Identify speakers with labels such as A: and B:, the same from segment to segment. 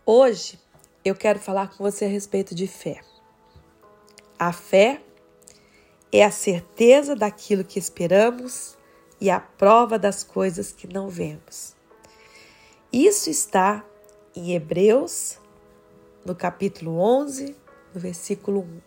A: Hoje eu quero falar com você a respeito de fé. A fé é a certeza daquilo que esperamos e a prova das coisas que não vemos. Isso está em Hebreus, no capítulo 11, no versículo 1.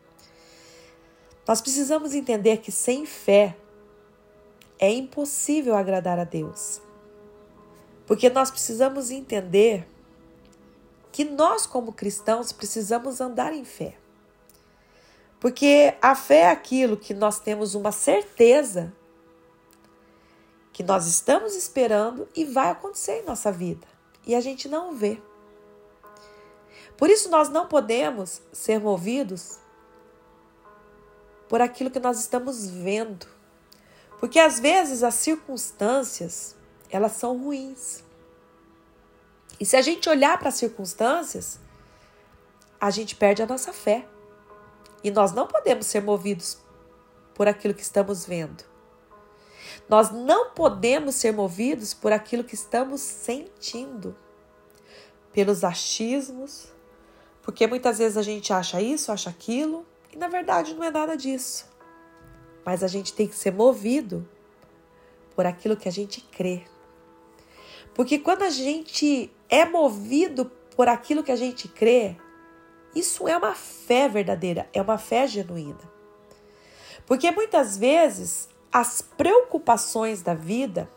A: Nós precisamos entender que sem fé é impossível agradar a Deus. Porque nós precisamos entender que nós, como cristãos, precisamos andar em fé. Porque a fé é aquilo que nós temos uma certeza que nós estamos esperando e vai acontecer em nossa vida. E a gente não vê. Por isso nós não podemos ser movidos por aquilo que nós estamos vendo. Porque às vezes as circunstâncias, elas são ruins. E se a gente olhar para as circunstâncias, a gente perde a nossa fé. E nós não podemos ser movidos por aquilo que estamos vendo. Nós não podemos ser movidos por aquilo que estamos sentindo. Pelos achismos. Porque muitas vezes a gente acha isso, acha aquilo. E na verdade não é nada disso. Mas a gente tem que ser movido por aquilo que a gente crê. Porque quando a gente é movido por aquilo que a gente crê, isso é uma fé verdadeira, é uma fé genuína. Porque muitas vezes as preocupações da vida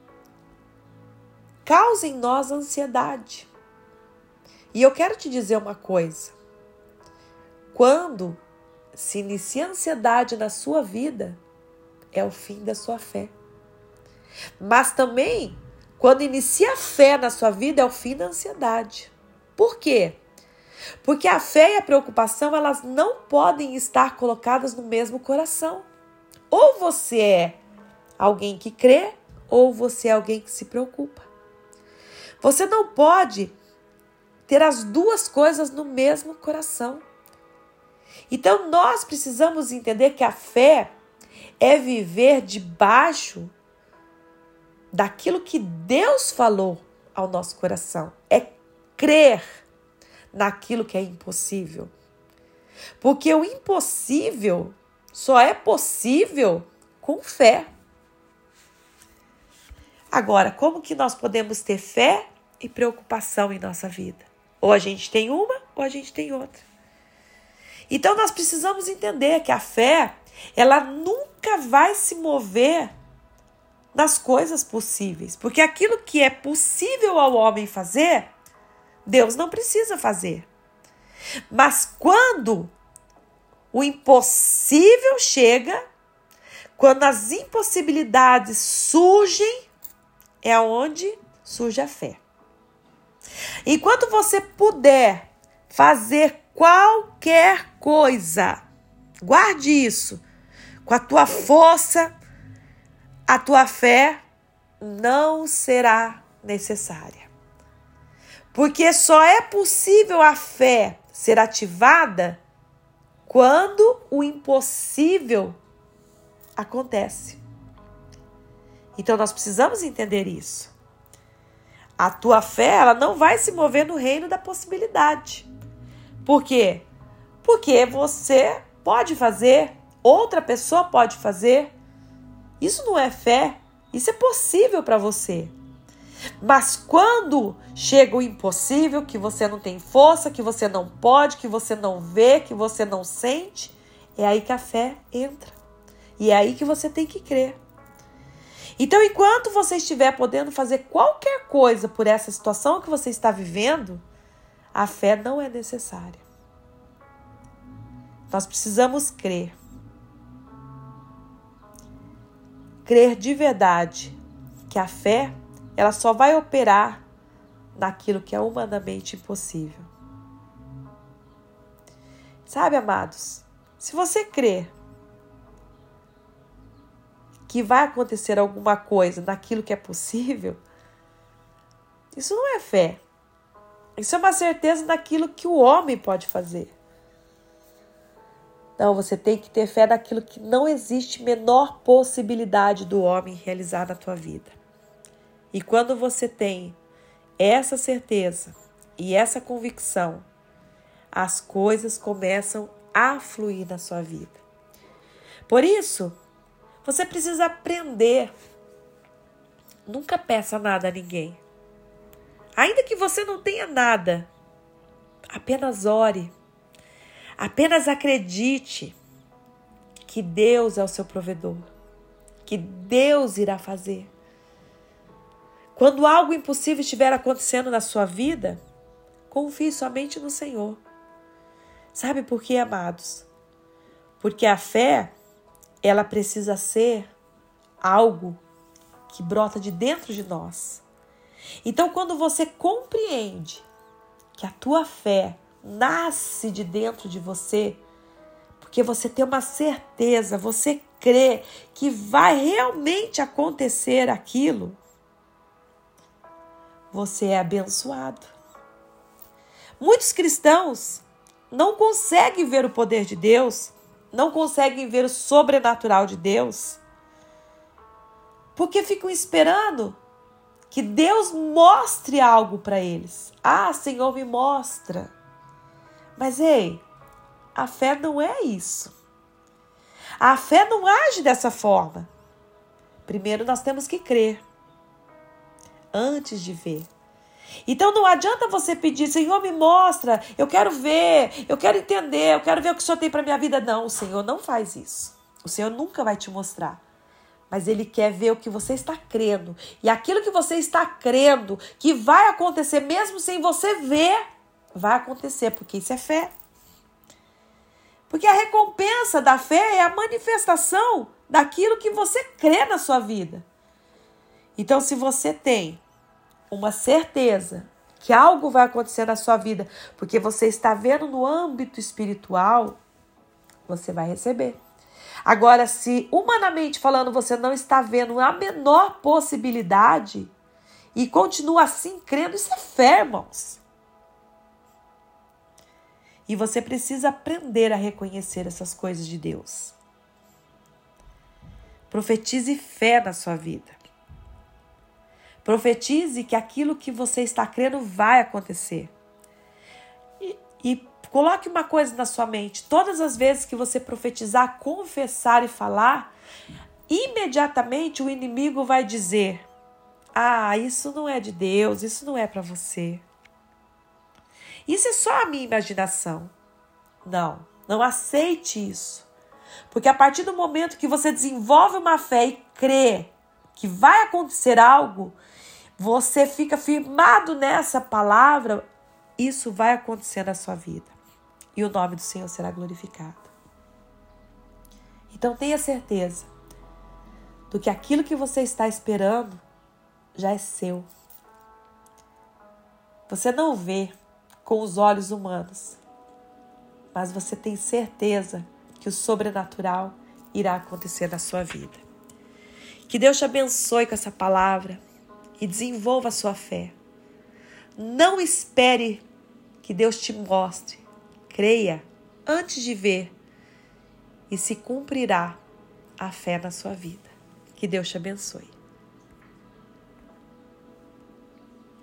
A: causam em nós ansiedade. E eu quero te dizer uma coisa. Quando se inicia a ansiedade na sua vida, é o fim da sua fé. Mas também, quando inicia a fé na sua vida, é o fim da ansiedade. Por quê? Porque a fé e a preocupação, elas não podem estar colocadas no mesmo coração. Ou você é alguém que crê, ou você é alguém que se preocupa. Você não pode ter as duas coisas no mesmo coração. Então, nós precisamos entender que a fé é viver debaixo daquilo que Deus falou ao nosso coração. É crer naquilo que é impossível. Porque o impossível só é possível com fé. Agora, como que nós podemos ter fé e preocupação em nossa vida? Ou a gente tem uma, ou a gente tem outra. Então, nós precisamos entender que a fé, ela nunca vai se mover nas coisas possíveis. Porque aquilo que é possível ao homem fazer, Deus não precisa fazer. Mas quando o impossível chega, quando as impossibilidades surgem, é onde surge a fé. Enquanto você puder fazer qualquer coisa, guarde isso, com a tua força, a tua fé não será necessária. Porque só é possível a fé ser ativada quando o impossível acontece. Então nós precisamos entender isso. A tua fé, ela não vai se mover no reino da possibilidade. Por quê? Porque você pode fazer, outra pessoa pode fazer. Isso não é fé, isso é possível para você. Mas quando chega o impossível, que você não tem força, que você não pode, que você não vê, que você não sente, é aí que a fé entra. E é aí que você tem que crer. Então, enquanto você estiver podendo fazer qualquer coisa por essa situação que você está vivendo, a fé não é necessária. Nós precisamos crer. Crer de verdade que a fé, ela só vai operar naquilo que é humanamente impossível. Sabe, amados, se você crer que vai acontecer alguma coisa naquilo que é possível, isso não é fé. Isso é uma certeza daquilo que o homem pode fazer. Não, você tem que ter fé naquilo que não existe menor possibilidade do homem realizar na tua vida. E quando você tem essa certeza, e essa convicção, as coisas começam a fluir na sua vida. Por isso, você precisa aprender. Nunca peça nada a ninguém. Ainda que você não tenha nada, apenas ore. Apenas acredite que Deus é o seu provedor, que Deus irá fazer. Quando algo impossível estiver acontecendo na sua vida, confie somente no Senhor. Sabe por quê, amados? Porque a fé, ela precisa ser algo que brota de dentro de nós. Então, quando você compreende que a tua fé nasce de dentro de você, porque você tem uma certeza, você crê que vai realmente acontecer aquilo, você é abençoado. Muitos cristãos não conseguem ver o poder de Deus, não conseguem ver o sobrenatural de Deus, porque ficam esperando que Deus mostre algo para eles. Ah, Senhor, me mostra. Mas ei, a fé não é isso. A fé não age dessa forma. Primeiro nós temos que crer, antes de ver. Então não adianta você pedir, Senhor, me mostra, eu quero ver, eu quero entender, eu quero ver o que o Senhor tem para minha vida. Não, o Senhor não faz isso. O Senhor nunca vai te mostrar. Mas Ele quer ver o que você está crendo. E aquilo que você está crendo que vai acontecer, mesmo sem você ver, vai acontecer, porque isso é fé. Porque a recompensa da fé é a manifestação daquilo que você crê na sua vida. Então, se você tem uma certeza que algo vai acontecer na sua vida, porque você está vendo no âmbito espiritual, você vai receber. Agora, se humanamente falando você não está vendo a menor possibilidade e continua assim crendo, isso é fé, irmãos. E você precisa aprender a reconhecer essas coisas de Deus. Profetize fé na sua vida. Profetize que aquilo que você está crendo vai acontecer. E coloque uma coisa na sua mente. Todas as vezes que você profetizar, confessar e falar, imediatamente o inimigo vai dizer: ah, isso não é de Deus, isso não é para você. Isso é só a minha imaginação. Não, não aceite isso. Porque a partir do momento que você desenvolve uma fé e crê que vai acontecer algo, você fica firmado nessa palavra, isso vai acontecer na sua vida. E o nome do Senhor será glorificado. Então tenha certeza do que aquilo que você está esperando já é seu. Você não vê com os olhos humanos, mas você tem certeza que o sobrenatural irá acontecer na sua vida. Que Deus te abençoe com essa palavra e desenvolva a sua fé. Não espere que Deus te mostre. Creia antes de ver e se cumprirá a fé na sua vida. Que Deus te abençoe.